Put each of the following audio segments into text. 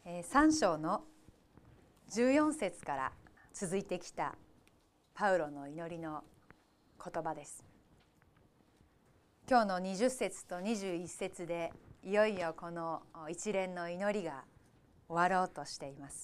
3章の14節から続いてきたパウロの祈りの言葉です。今日の20節と21節でいよいよこの一連の祈りが終わろうとしています。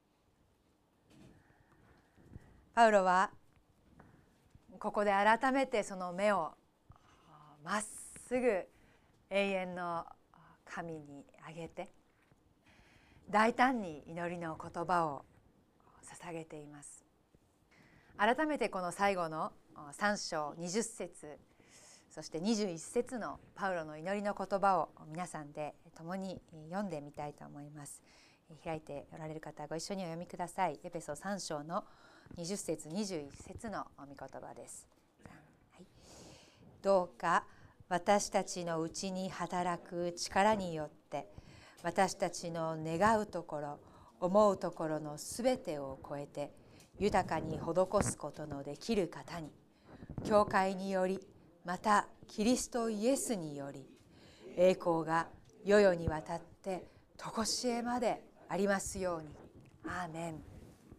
パウロはここで改めてその目をまっすぐ永遠の神に上げて大胆に祈りの言葉を捧げています。改めてこの最後の3章20節そして21節のパウロの祈りの言葉を皆さんで共に読んでみたいと思います。開いておられる方ご一緒にお読みください。エペソ3章の20節21節の御言葉です。はい、どうか私たちのうちに働く力によって私たちの願うところ思うところのすべてを超えて豊かに施すことのできる方に教会によりまたキリストイエスにより栄光が世々にわたって常しえまでありますように。アーメン。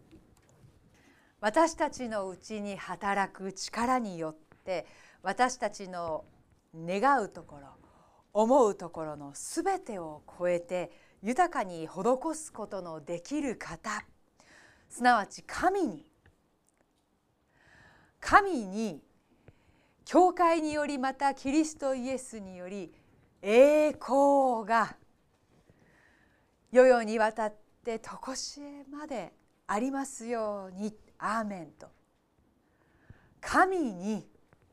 私たちのうちに働く力によって私たちの願うところ思うところのすべてを超えて豊かに施すことのできる方、すなわち神に教会によりまたキリストイエスにより栄光が世々にわたって常しえまでありますように。アーメンと。神に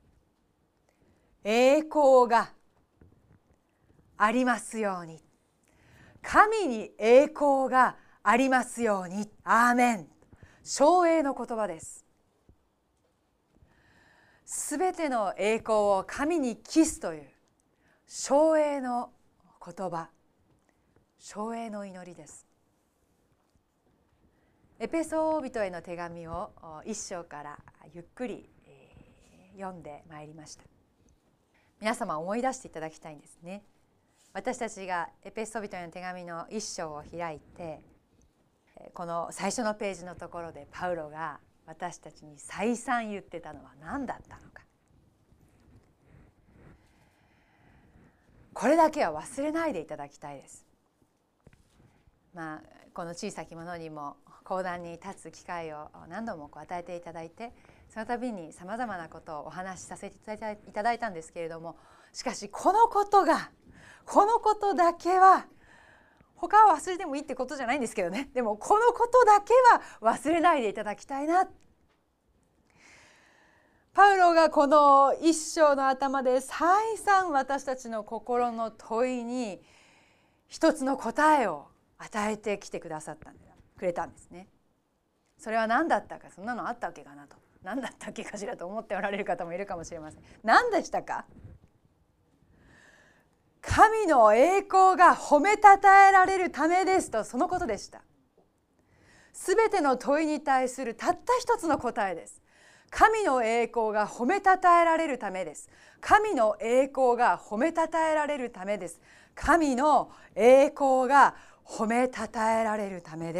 栄光がありますように。神に栄光がありますように。アーメン。称栄の言葉です。すべての栄光を神に帰すという称栄の言葉、称栄の祈りです。エペソ人への手紙を1章からゆっくり読んでまいりました。皆様思い出していただきたいんですね。私たちがエペソ人への手紙の1章を開いて、この最初のページのところでパウロが私たちに再三言ってたのは何だったのか。これだけは忘れないでいただきたいです。この小さきものにも講談に立つ機会を何度も与えていただいて、その度にさまざまなことをお話しさせていただいたんですけれども、しかしこのことだけは他は忘れてもいいってことじゃないんですけどね、でもこのことだけは忘れないでいただきたいな。パウロがこの一章の頭で再三私たちの心の問いに一つの答えを与えてきてくれたんですね。それは何だったか、そんなのあったっけかなと、何だったっけかしらと思っておられる方もいるかもしれません。何でしたか？神の栄光が褒めたたえられるためですと、そのことでした。すべての問いに対するたった一つの答えです。神の栄光が褒めたたえられるためです。神の栄光が褒めたたえられるためです。神の栄光が褒めたたえられるためです。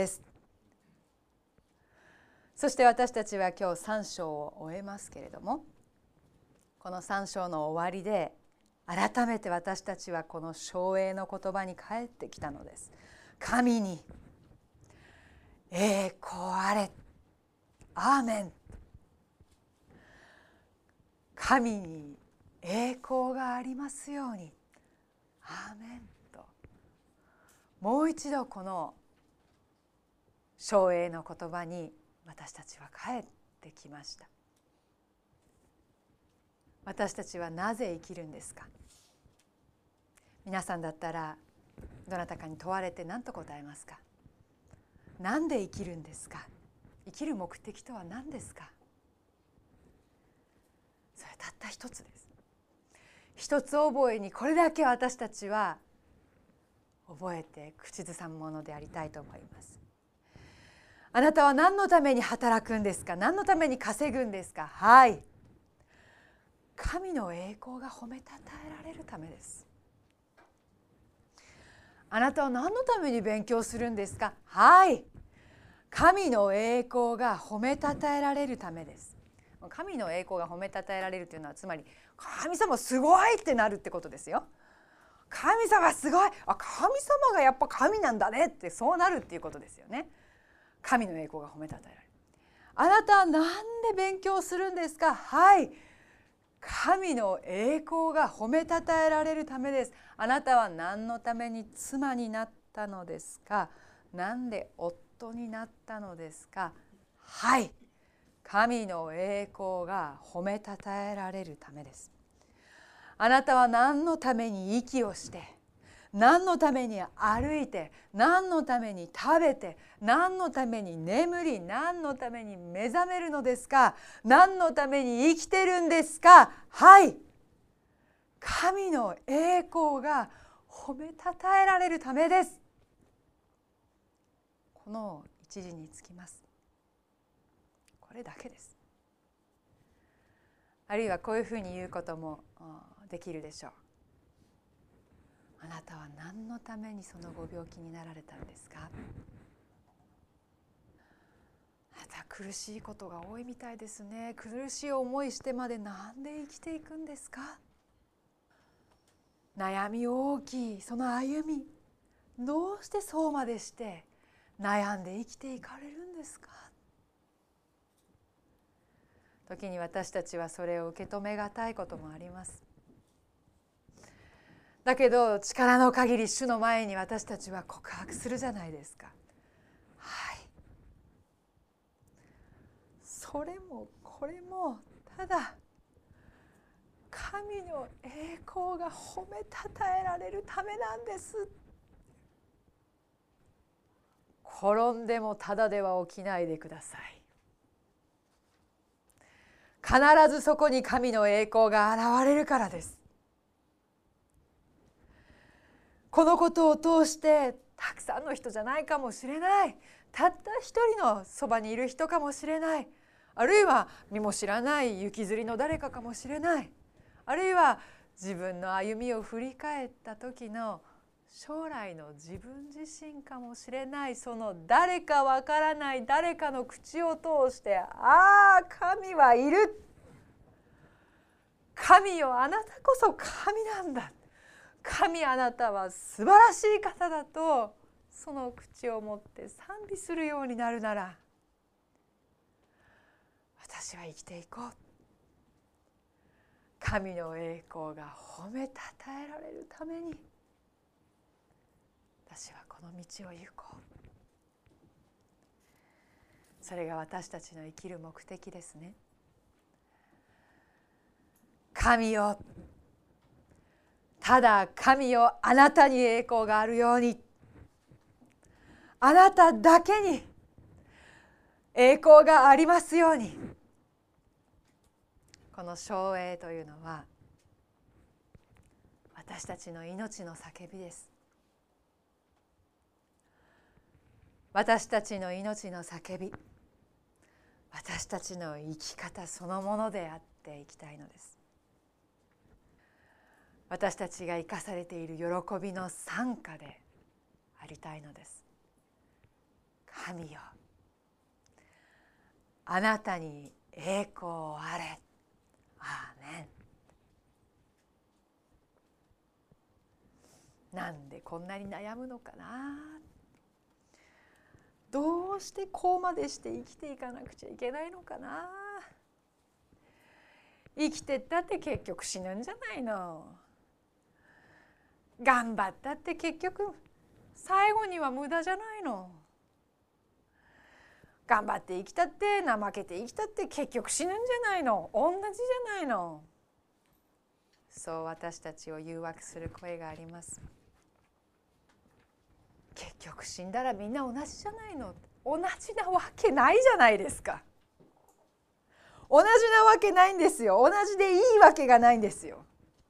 そして私たちは今日3章を終えますけれども、この3章の終わりで改めて私たちはこの称栄の言葉に帰ってきたのです。神に栄光あれ。アーメン。神に栄光がありますように。アーメンと、もう一度この称栄の言葉に私たちは帰ってきました。私たちはなぜ生きるんですか？皆さんだったらどなたかに問われて何と答えますか？なんで生きるんですか？生きる目的とは何ですか？それたった一つです。一つ覚えにこれだけ私たちは覚えて口ずさむものでありたいと思います。あなたは何のために働くんですか？何のために稼ぐんですか？はい、神の栄光が褒めたたえられるためです。 あなたは何のために勉強するんですか？はい、神の栄光が褒めたたえられるためです。神の栄光が褒めたたえられるというのは、つまり神様すごいってなるってことですよ。神様すごい、神様がやっぱ神なんだねって、そうなるっていうことですよね。神の栄光が褒めたたえられる。あなたは何で勉強するんですか？はい、神の栄光が褒めたたえられるためです。あなたは何のために妻になったのですか？何で夫になったのですか？はい、神の栄光が褒めたたえられるためです。あなたは何のために息をして、何のために歩いて、何のために食べて、何のために眠り、何のために目覚めるのですか？何のために生きてるんですか？はい、神の栄光が褒めたたえられるためです。この一字につきます。これだけです。あるいはこういうふうに言うこともできるでしょう。あなたは何のためにそのご病気になられたんですか？あなた苦しいことが多いみたいですね。苦しい思いしてまでなんで生きていくんですか？悩み大きいその歩み、どうしてそうまでして悩んで生きていかれるんですか？時に私たちはそれを受け止めがたいこともあります。だけど力の限り主の前に私たちは告白するじゃないですか。はい、それもこれもただ神の栄光が褒めたたえられるためなんです。転んでもただでは起きないでください。必ずそこに神の栄光が現れるからです。このことを通してたくさんの人じゃないかもしれない、たった一人のそばにいる人かもしれない、あるいは身も知らない行きずりの誰かかもしれない、あるいは自分の歩みを振り返った時の将来の自分自身かもしれない、その誰かわからない誰かの口を通して、ああ神はいる、神よあなたこそ神なんだ、神あなたは素晴らしい方だと、その口を持って賛美するようになるなら、私は生きていこう。神の栄光が褒めたたえられるために、私はこの道を行こう。それが私たちの生きる目的ですね。神よ、ただ神よ、あなたに栄光があるように、あなただけに栄光がありますように。この唱詠というのは私たちの命の叫びです。私たちの命の叫び、私たちの生き方そのものであっていきたいのです。私たちが生かされている喜びの賛歌でありたいのです。神よ、あなたに栄光あれ。アーメン。なんでこんなに悩むのかな。どうしてこうまでして生きていかなくちゃいけないのかな。生きてったって結局死ぬんじゃないの。頑張ったって結局最後には無駄じゃないの。頑張って生きたって怠けて生きたって結局死ぬんじゃないの。同じじゃないの。そう私たちを誘惑する声があります。結局死んだらみんな同じじゃないの。同じなわけないじゃないですか。同じなわけないんですよ。同じでいいわけがないんですよ。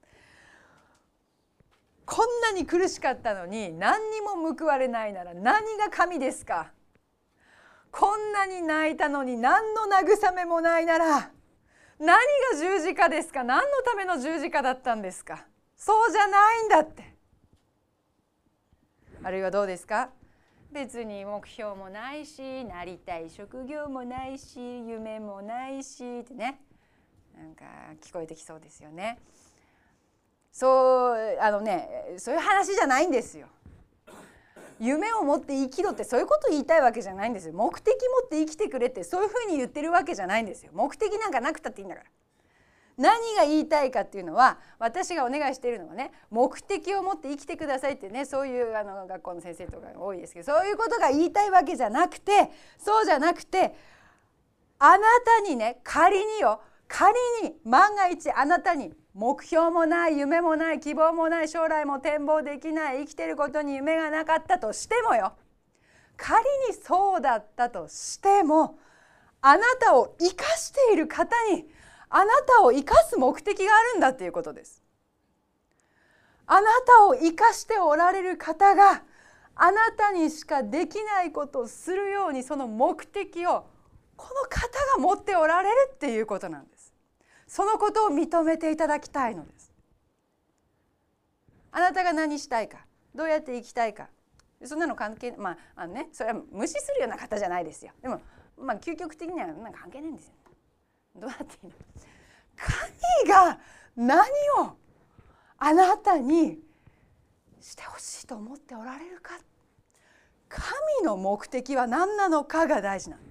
こんなに苦しかったのに何にも報われないなら何が神ですか。こんなに泣いたのに何の慰めもないなら何が十字架ですか。何のための十字架だったんですか。そうじゃないんだって。 あるいはどうですか？別に目標もないし、なりたい職業もないし、夢もないしってね、なんか聞こえてきそうですよね。そういう話じゃないんですよ。夢を持って生きろってそういうこと言いたいわけじゃないんですよ。目的持って生きてくれってそういうふうに言ってるわけじゃないんですよ。目的なんかなくたっていいんだから。何が言いたいかっていうのは、私がお願いしているのはね、目的を持って生きてくださいってね、そういう学校の先生とか多いですけど、そういうことが言いたいわけじゃなくて、そうじゃなくて、あなたにね、仮に万が一あなたに目標もない、夢もない、希望もない、将来も展望できない、生きてることに夢がなかったとしてもよ、仮にそうだったとしても、あなたを生かしている方にあなたを生かす目的があるんだっていうことです。あなたを生かしておられる方があなたにしかできないことをするように、その目的をこの方が持っておられるっていうことなんです。そのことを認めていただきたいのです。あなたが何したいか、どうやって生きたいか、そんなの関係それは無視するような方じゃないですよ。でも究極的には関係ないんですよ。どうやっていいの？神が何をあなたにしてほしいと思っておられるか、神の目的は何なのかが大事なんです。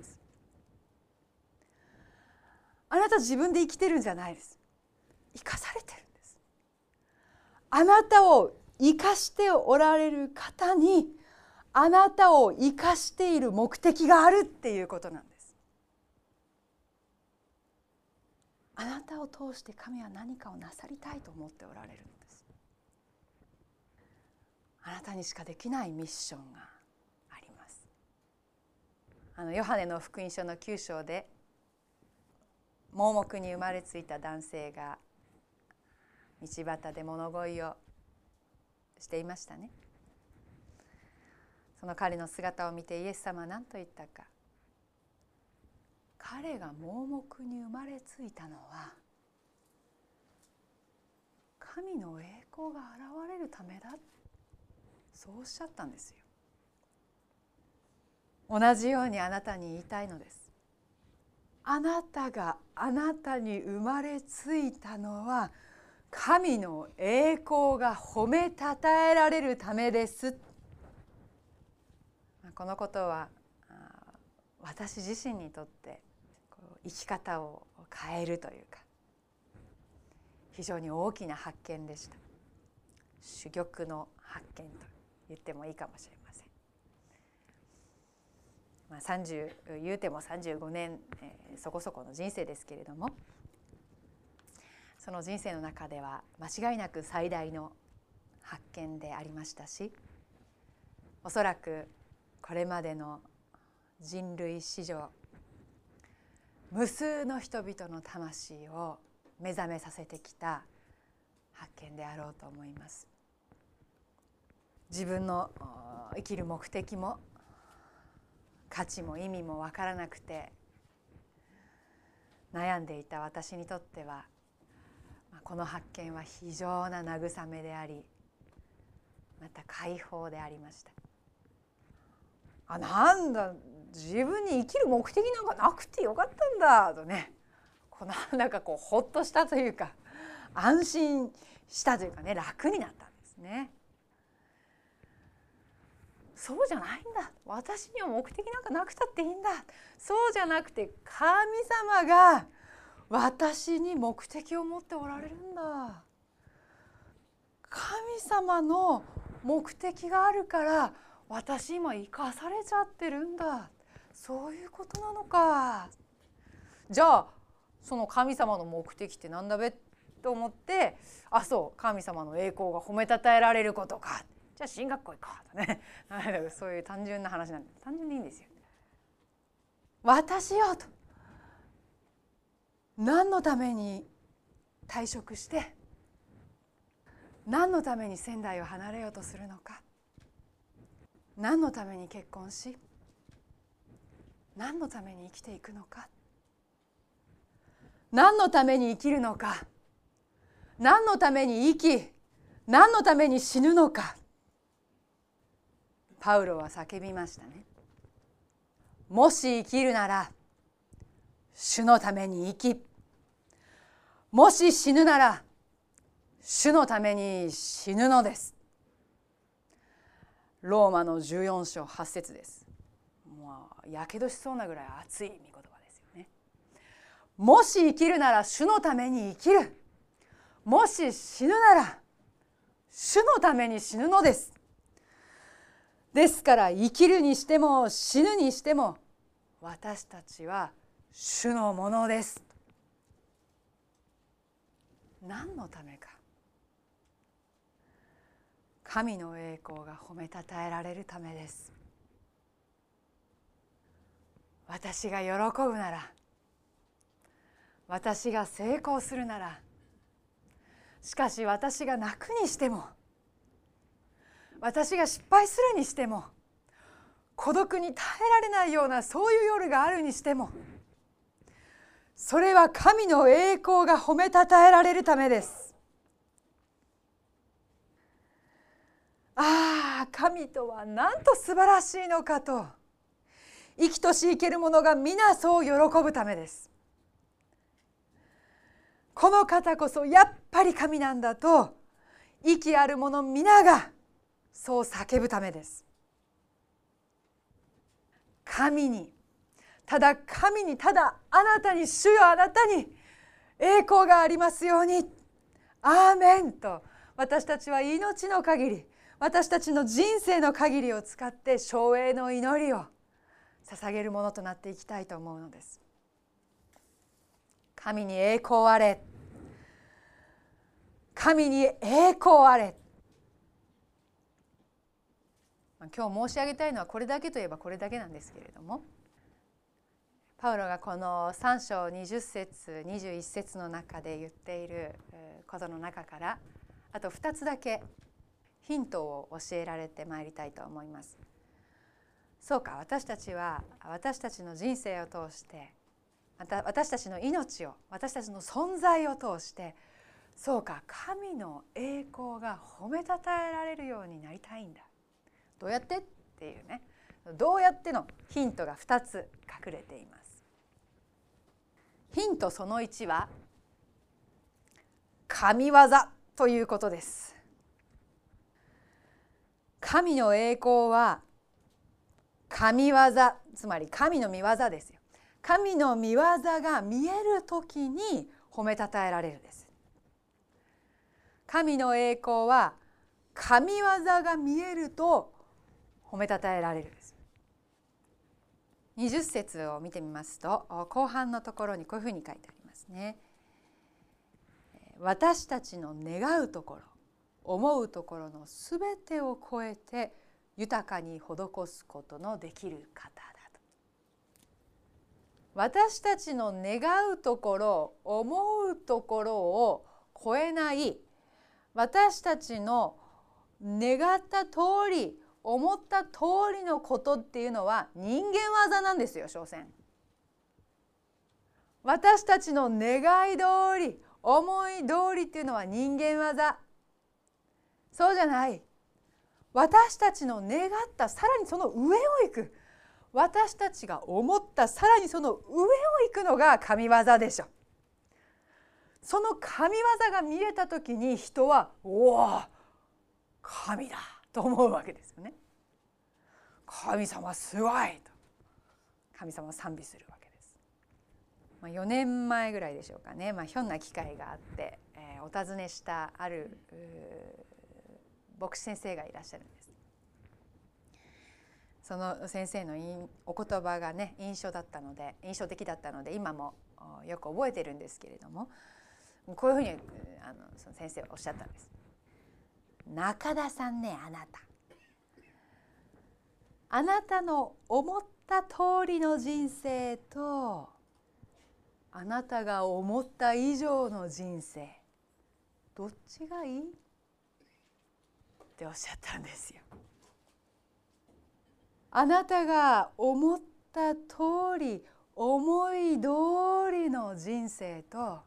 あなた自分で生きてるんじゃないです。生かされてるんです。あなたを生かしておられる方にあなたを生かしている目的があるっていうことなんです。あなたを通して神は何かをなさりたいと思っておられるのです。あなたにしかできないミッションがあります。ヨハネの福音書の9章で盲目に生まれついた男性が道端で物乞いをしていましたね。その彼の姿を見てイエス様は何と言ったか。彼が盲目に生まれついたのは神の栄光が現れるためだ、そうおっしゃったんですよ。同じようにあなたに言いたいのです。あなたがあなたに生まれついたのは神の栄光が褒めたたえられるためです。このことは私自身にとって生き方を変えるというか、非常に大きな発見でした。珠玉の発見と言ってもいいかもしれません。言うても35年、そこそこの人生ですけれども、その人生の中では間違いなく最大の発見でありましたし、おそらくこれまでの人類史上無数の人々の魂を目覚めさせてきた発見であろうと思います。自分の生きる目的も価値も意味も分からなくて悩んでいた私にとっては、この発見は非常な慰めであり、また解放でありました。なんだ、自分に生きる目的なんかなくてよかったんだとね、なんかほっとしたというか、安心したというかね、楽になったんですね。そうじゃないんだ、私には目的なんかなくたっていいんだ、そうじゃなくて神様が私に目的を持っておられるんだ、神様の目的があるから私今生かされちゃってるんだ、そういうことなのか。じゃあその神様の目的ってなんだべと思って、そう神様の栄光が褒めたたえられることか、じゃあ進学校行こうとねそういう単純な話なんで、単純でいいんですよ。私よと、何のために退職して何のために仙台を離れようとするのか、何のために結婚し何のために生きていくのか、何のために生きるのか、何のために生き何のために死ぬのか、 パウロは叫びましたね。もし生きるなら主のために生き、もし死ぬなら主のために死ぬのです。ローマの14章8節です。もうやけどしそうなぐらい熱い御言葉ですよね。もし生きるなら主のために生きる、もし死ぬなら主のために死ぬのです。ですから生きるにしても死ぬにしても私たちは主のものです。何のためか。神の栄光が褒めたたえられるためです。私が喜ぶなら、私が成功するなら、しかし私が泣くにしても、私が失敗するにしても、孤独に耐えられないようなそういう夜があるにしても、それは神の栄光が褒めたたえられるためです。ああ、神とはなんと素晴らしいのかと、生きとし生ける者が皆そう喜ぶためです。この方こそやっぱり神なんだと、息ある者皆がそう叫ぶためです。神にただあなたに、主よあなたに栄光がありますように、アーメンと、私たちは命の限り、私たちの人生の限りを使って称栄の祈りを捧げるものとなっていきたいと思うのです。神に栄光あれ、神に栄光あれ。今日申し上げたいのはこれだけといえばこれだけなんですけれども、パウロがこの3章20節21節の中で言っていることの中から、あと2つだけヒントを教えられてまいりたいと思います。そうか、私たちは私たちの人生を通して、また私たちの命を、私たちの存在を通して、そうか、神の栄光が褒めたたえられるようになりたいんだ。どうやってっていうね、どうやってのヒントが2つ隠れています。ヒントその1は神業ということです。神の栄光は神業、つまり神の御業ですよ。神の御業が見えるときに褒めたたえられるんです。神の栄光は神業が見えると褒めたたえられるんです。20節を見てみますと、後半のところにこういうふうに書いてありますね。私たちの願うところ、思うところのすべてを超えて豊かに施すことのできる方だと。私たちの願うところ、思うところを超えない、私たちの願った通り、思った通りのことっていうのは人間業なんですよ。所詮私たちの願い通り、思い通りっていうのは人間業。そうじゃない。私たちの願ったさらにその上を行く、私たちが思ったさらにその上を行くのが神業でしょ。その神業が見えた時に人はおお神だと思うわけですよね。神様すごいと神様を賛美するわけです。4年前ぐらいでしょうかね、ひょんな機会があって、お尋ねしたある牧師先生がいらっしゃるんです。その先生のお言葉がね印象的だったので今もよく覚えてるんですけれども、こういうふうにその先生はおっしゃったんです。中田さんね、あなたの思った通りの人生とあなたが思った以上の人生、どっちがいいっておっしゃったんですよ。あなたが思った通り、思い通りの人生と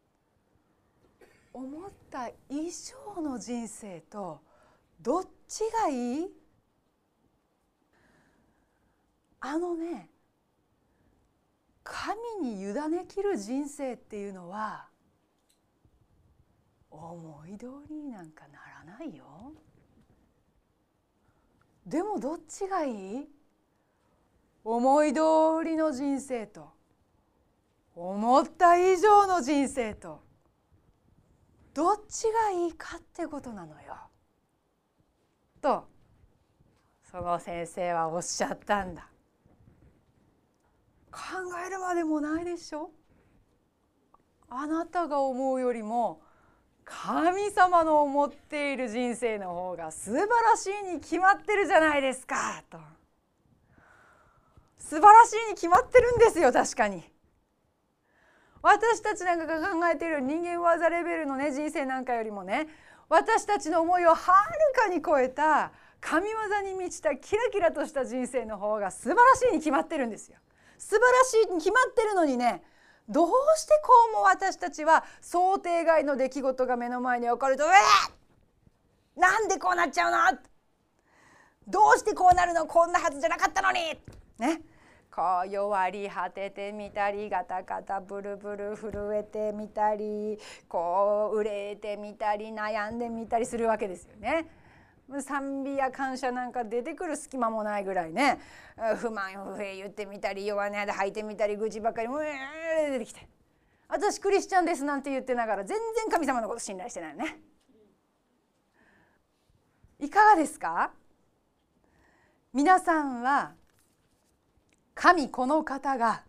思った以上の人生とどっちがいい？ 神に委ねきる人生っていうのは思い通りになんかならないよ。でもどっちがいい？思い通りの人生と思った以上の人生とどっちがいいかってことなのよとその先生はおっしゃったんだ。考えるまでもないでしょ。あなたが思うよりも神様の思っている人生の方が素晴らしいに決まってるじゃないですかと。素晴らしいに決まってるんですよ。確かに私たちなんかが考えている人間技レベルのね人生なんかよりもね、私たちの思いをはるかに超えた神業に満ちたキラキラとした人生の方が素晴らしいに決まってるんですよ。素晴らしいに決まってるのにね、どうしてこうも私たちは想定外の出来事が目の前に起こるとなんでこうなっちゃうの、どうしてこうなるの、こんなはずじゃなかったのにね、こう弱り果ててみたりガタガタブルブル震えてみたりこう憂えてみたり悩んでみたりするわけですよね。賛美や感謝なんか出てくる隙間もないぐらいね、不満不平言ってみたり弱音で吐いてみたり愚痴ばっかり出てきて、私クリスチャンですなんて言ってながら全然神様のこと信頼してないよね。いかがですか？皆さんは神この方が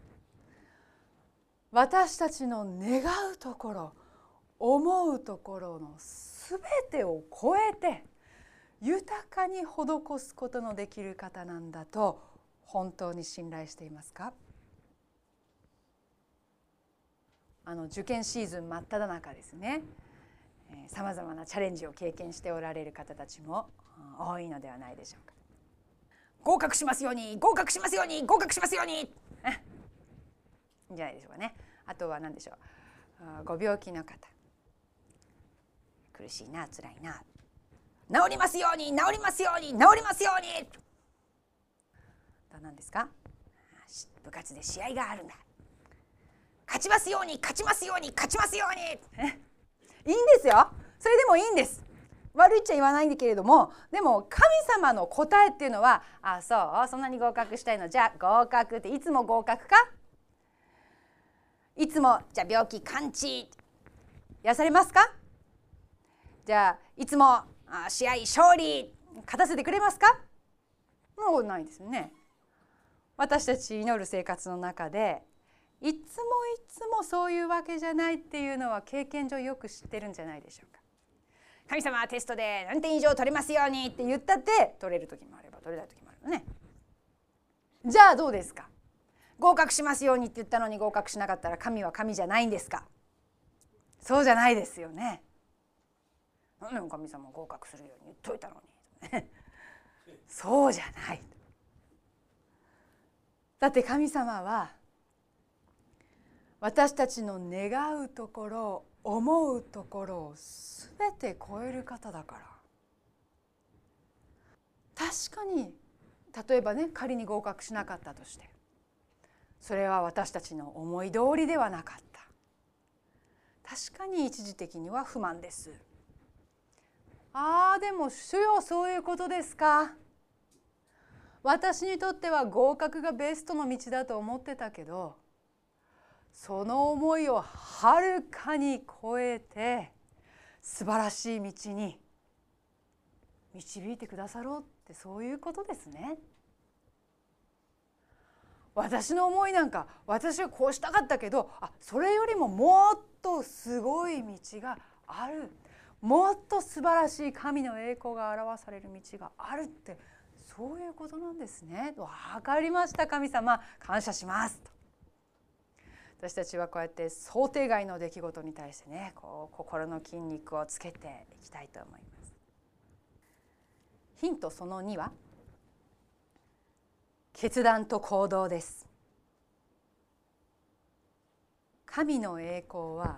私たちの願うところ思うところのすべてを超えて豊かに施すことのできる方なんだと本当に信頼していますか？受験シーズン真っ只中ですね。さまざまなチャレンジを経験しておられる方たちも多いのではないでしょうか。合格しますように合格しますように合格しますようにいいんじゃないでしょうかね。あとは何でしょう、ご病気の方、苦しいな辛いな、治りますように治りますように治りますように、何ですか、部活で試合があるんだ、勝ちますように勝ちますように勝ちますようにいいんですよ。それでもいいんです。悪いっちゃ言わないんだけれども、でも神様の答えっていうのはそんなに合格したいの、じゃあ合格っていつも合格か、いつもじゃあ病気完治癒されますか、じゃあいつも試合勝利勝たせてくれますか、もうないですね。私たち祈る生活の中でいつもそういうわけじゃないっていうのは経験上よく知ってるんじゃないでしょうか。神様はテストで何点以上取れますようにって言ったって取れる時もあれば取れない時もあるのね。じゃあどうですか、合格しますようにって言ったのに合格しなかったら神は神じゃないんですか。そうじゃないですよね。何でも神様合格するように言っといたのにそうじゃない。だって神様は私たちの願うところ思うところをすべて超える方だから。確かに例えばね、仮に合格しなかったとして、それは私たちの思い通りではなかった。確かに一時的には不満です。でも主よ、そういうことですか。私にとっては合格がベストの道だと思ってたけど、その思いをはるかに超えて素晴らしい道に導いてくださろうって、そういうことですね。私の思いなんか、私はこうしたかったけど、それよりももっとすごい道がある、もっと素晴らしい神の栄光が表される道があるって、そういうことなんですね。わかりました、神様感謝しますと。私たちはこうやって想定外の出来事に対してね、心の筋肉をつけていきたいと思います。ヒントその2は決断と行動です。神の栄光は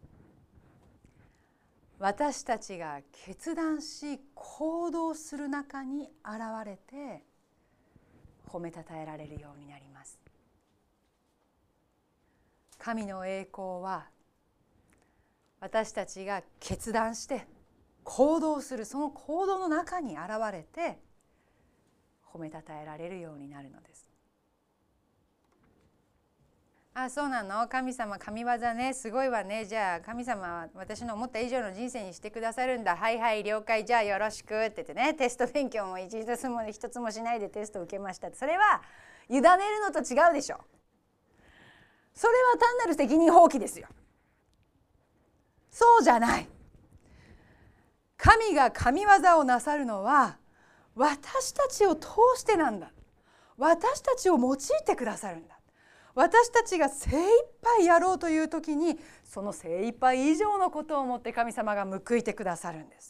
私たちが決断し行動する中に現れて褒めたたえられるようになります。神の栄光は私たちが決断して行動する、その行動の中に現れて褒めたたえられるようになるのです。あ、そうなの、神様神業ね、すごいわね、じゃあ神様は私の思った以上の人生にしてくださるんだ、はいはい了解、じゃあよろしくって言ってね、テスト勉強も一つもしないでテストを受けましたって、それは委ねるのと違うでしょ。それは単なる責任放棄ですよ。そうじゃない。神が神業をなさるのは私たちを通してなんだ。私たちを用いてくださるんだ。私たちが精一杯やろうという時にその精一杯以上のことをもって神様が報いてくださるんです。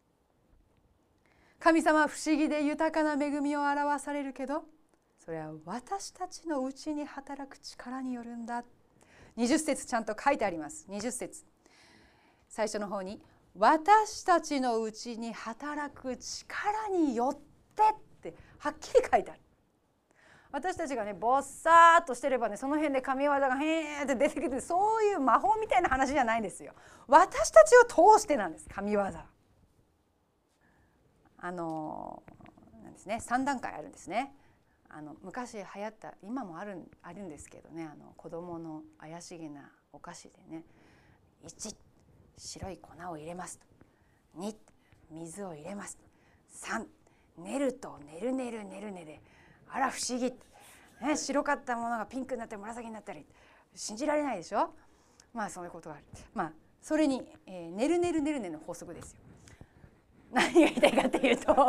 神様は不思議で豊かな恵みを表されるけど、それは私たちのうちに働く力によるんだ。20節ちゃんと書いてあります。20節最初の方に私たちのうちに働く力によってってはっきり書いてある。私たちがねぼっさーっとしてればね、その辺で神業がへーって出てきて、そういう魔法みたいな話じゃないんですよ。私たちを通してなんです、神業。なんですね、3段階あるんですね。昔流行った、今もあるんですけどね、子供の怪しげなお菓子でね、1白い粉を入れますと、2水を入れますと、3練ると練る練る練る練る、あら不思議、ね、白かったものがピンクになったり紫になったり、信じられないでしょ。まあそういうことがある。まあそれに、練る練る練る練るの法則ですよ。何が言いたいかというと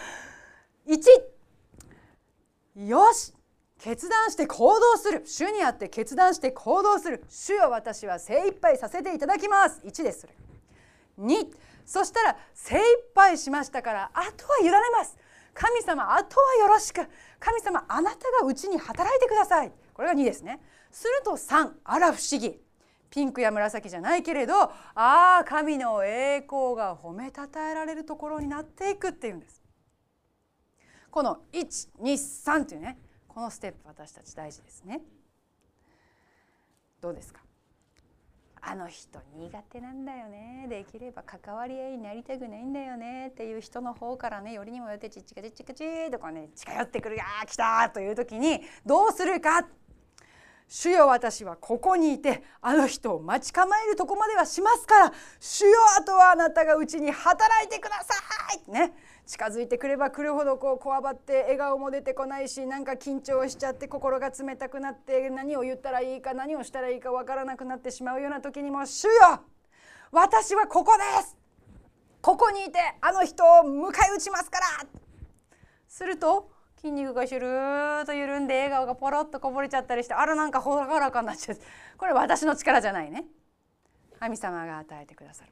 1、よし決断して行動する、主にあって決断して行動する、主よ私は精一杯させていただきます。1です。それ2、そしたら精一杯しましたからあとは委ねます。神様あとはよろしく、神様あなたがうちに働いてください。これが2ですね。すると3、あら不思議、ピンクや紫じゃないけれど、神の栄光が褒めたたえられるところになっていくっていうんです。この1、2、3というね、このステップ私たち大事ですね。どうですか。あの人苦手なんだよね、できれば関わり合いになりたくないんだよねっていう人の方からね、よりにもよってチッチカチッチカチーとかね、近寄ってくる、来たという時にどうするか。主よ私はここにいてあの人を待ち構えるとこまではしますから、主よあとはあなたがうちに働いてくださいね。近づいてくれば来るほどこわばって笑顔も出てこないし、なんか緊張しちゃって心が冷たくなって、何を言ったらいいか何をしたらいいかわからなくなってしまうような時にも、主よ私はここです、ここにいてあの人を迎え撃ちますから。すると筋肉がシュルーッと緩んで笑顔がポロッとこぼれちゃったりして、あらなんかほがらかになっちゃう。これ私の力じゃないね、神様が与えてくださる。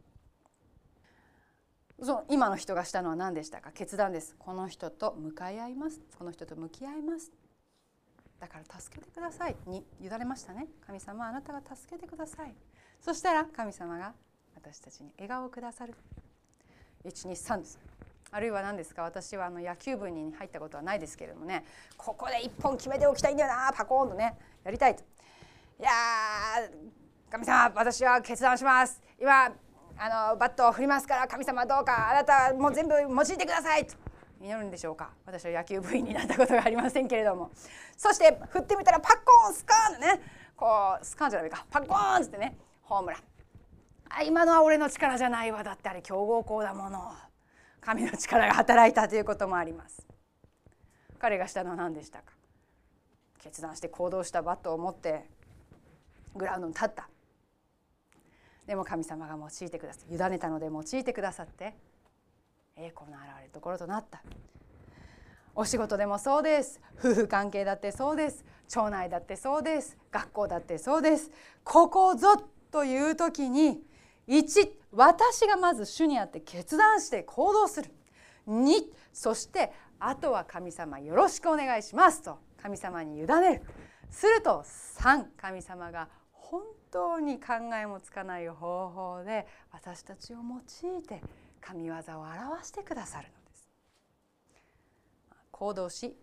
今の人がしたのは何でしたか。決断です。この人と向かい合います、この人と向き合います、だから助けてくださいに委ねましたね。神様あなたが助けてください。そしたら神様が私たちに笑顔をくださる。1、2、3です。あるいは何ですか、私は野球部に入ったことはないですけれどもね、ここで1本決めておきたいんだよな、パコーンとねやりたいと。いや神様私は決断します、今バットを振りますから神様どうかあなたもう全部用いてくださいと祈るんでしょうか。私は野球部員になったことがありませんけれども、そして振ってみたらパッコーンスカーンね、こうスカーンじゃないか、パッコーンってねホームラン。今のは俺の力じゃないわ、だってあれ強豪校だもの。神の力が働いたということもあります。彼がしたのは何でしたか。決断して行動した、バットを持ってグラウンドに立った。でも神様が用いてくださって、委ねたので用いてくださって栄光の現れるところとなった。お仕事でもそうです、夫婦関係だってそうです、町内だってそうです、学校だってそうです。ここぞという時に1、私がまず主にあって決断して行動する。2、そしてあとは神様よろしくお願いしますと神様に委ねる。すると3、神様が本当に考えもつかない方法で私たちを用いて神業を表してくださるのです。行動し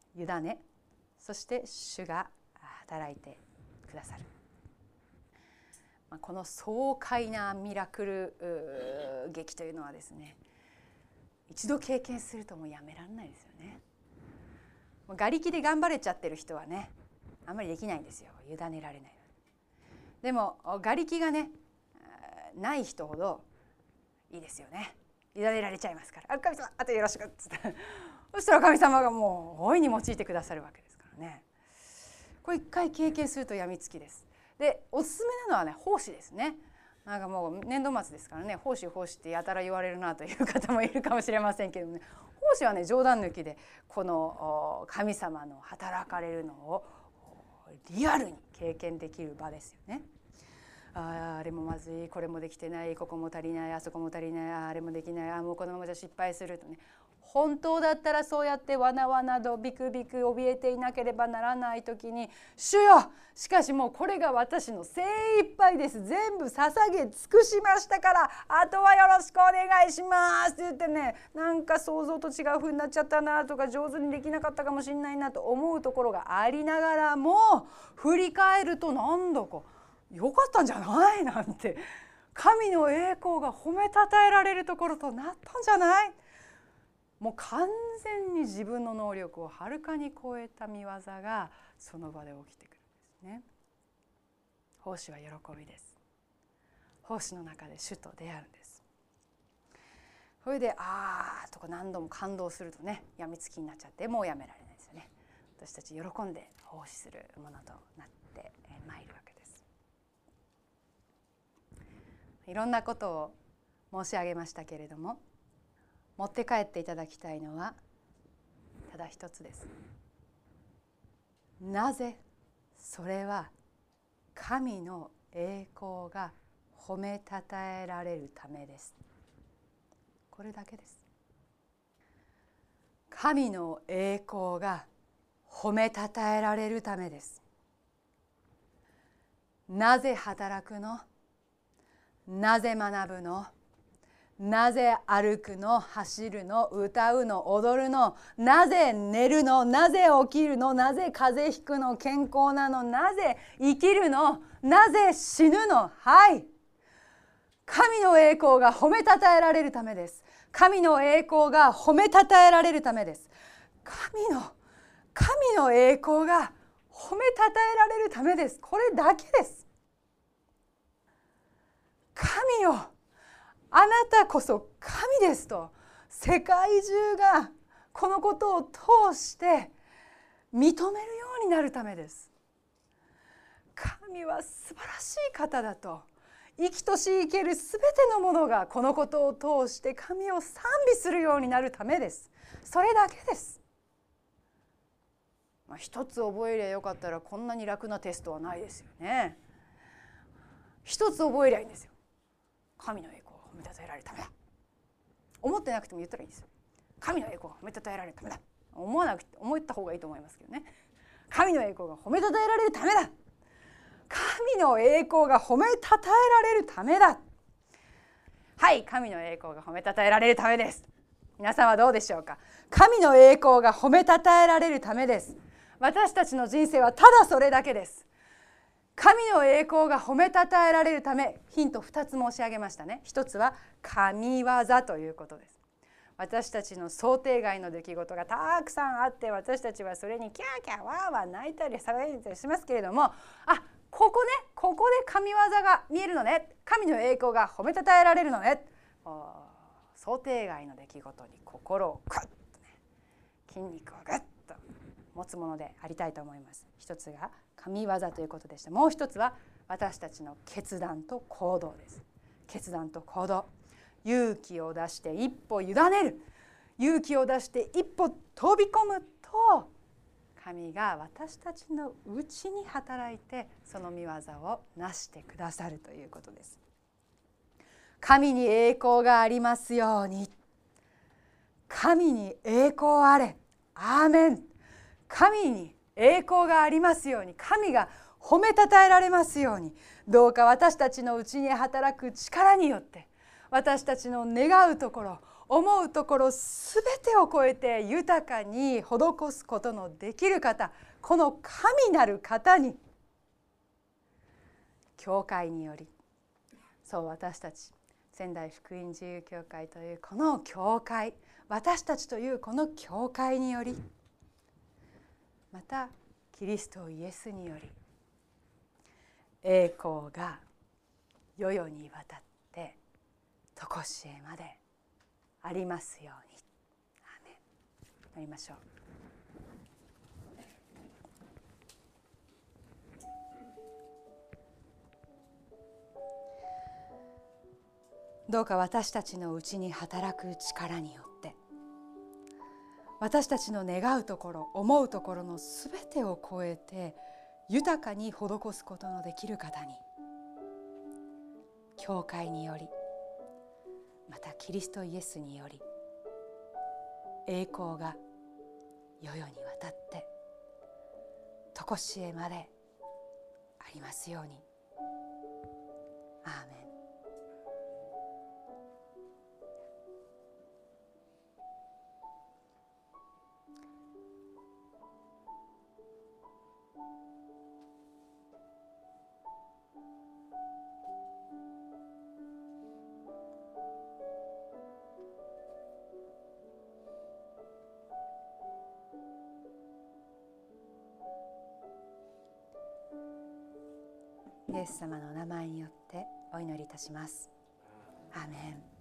委ね、そして主が働いてくださる。この爽快なミラクル劇というのはですね、一度経験するともうやめられないですよね。我力で頑張れちゃってる人はね、あんまりできないんですよ。委ねられない。でも我力がねない人ほどいいですよね。委ねられちゃいますから、神様あとよろしくっつってそしたら神様がもう大いに用いてくださるわけですからね。これ一回経験するとやみつきです。でおすすめなのはね、奉仕ですね。なんかもう年度末ですからね、奉仕ってやたら言われるなという方もいるかもしれませんけどもね、奉仕はね冗談抜きでこの神様の働かれるのをリアルに経験できる場ですよね。あれもまずい、これもできてない、ここも足りない、あそこも足りない、あれもできない、もうこのままじゃ失敗するとね、本当だったらそうやってわなわなどビクビク怯えていなければならない時に、主よ、しかしもうこれが私の精一杯です、全部捧げ尽くしましたからあとはよろしくお願いしますって言ってね、なんか想像と違う風になっちゃったなとか、上手にできなかったかもしれないなと思うところがありながらも、振り返るとなんだかよかったんじゃないなんて、神の栄光が褒めたたえられるところとなったんじゃない。もう完全に自分の能力をはるかに超えた御業がその場で起きてくるんですね。奉仕は喜びです。奉仕の中で主と出会うんです。それでとか何度も感動するとね、やみつきになっちゃってもうやめられないですよね。私たち喜んで奉仕するものとなってまいるわけです。いろんなことを申し上げましたけれども、持って帰っていただきたいのはただ一つです。なぜそれは神の栄光が褒めたたえられるためです。これだけです。神の栄光が褒めたたえられるためです。なぜ働くの？なぜ学ぶの？なぜ歩くの？走るの？歌うの？踊るの？なぜ寝るの？なぜ起きるの？なぜ風邪ひくの？健康なの？なぜ生きるの？なぜ死ぬの？はい、神の栄光が褒めたたえられるためです。神の栄光が褒めたたえられるためです。神の栄光が褒めたたえられるためです。これだけです。神よ、あなたこそ神ですと世界中がこのことを通して認めるようになるためです。神は素晴らしい方だと、生きとし生けるすべてのものがこのことを通して神を賛美するようになるためです。それだけです。一つ覚えりゃよかったらこんなに楽なテストはないですよね。一つ覚えりゃいいんですよ。神の栄光が褒めたたえられるためだ。思ってなくても言ったらいいんですよ。神の栄光が褒めたたえられるためだ。思った方がいいと思いますけどね。神の栄光が褒めたたえられるためだ。神の栄光が褒めたたえられるためだ。はい、神の栄光が褒めたたえられるためです。皆さんはどうでしょうか。神の栄光が褒めたたえられるためです。私たちの人生はただそれだけです。神の栄光が褒めたたえられるため、ヒント2つ申し上げましたね。1つは神業ということです。私たちの想定外の出来事がたくさんあって、私たちはそれにキャーキャーワーワー泣いたり騒いだりしますけれども、ここで神業が見えるのね、神の栄光が褒めたたえられるのね、想定外の出来事に心をグッとね、筋肉をグッと持つものでありたいと思います。一つが神業ということでした。もう一つは私たちの決断と行動です。決断と行動、勇気を出して一歩委ねる、勇気を出して一歩飛び込むと、神が私たちのうちに働いてその御業をなしてくださるということです。神に栄光がありますように。神に栄光あれ。アーメン。神に栄光がありますように。神が褒めたたえられますように。どうか私たちのうちに働く力によって、私たちの願うところ、 思うところすべてを超えて豊かに施すことのできる方、この神なる方に教会により、そう私たち仙台福音自由教会というこの教会、私たちというこの教会により、またキリストイエスにより栄光が世々にわたって常しえまでありますように。アーメン。祈りましょう。どうか私たちのうちに働く力によって、私たちの願うところ思うところのすべてを超えて豊かに施すことのできる方に、教会によりまたキリストイエスにより栄光が世々にわたって常しえまでありますように。アーメン。イエス様のお名前によってお祈りいたします。アーメン。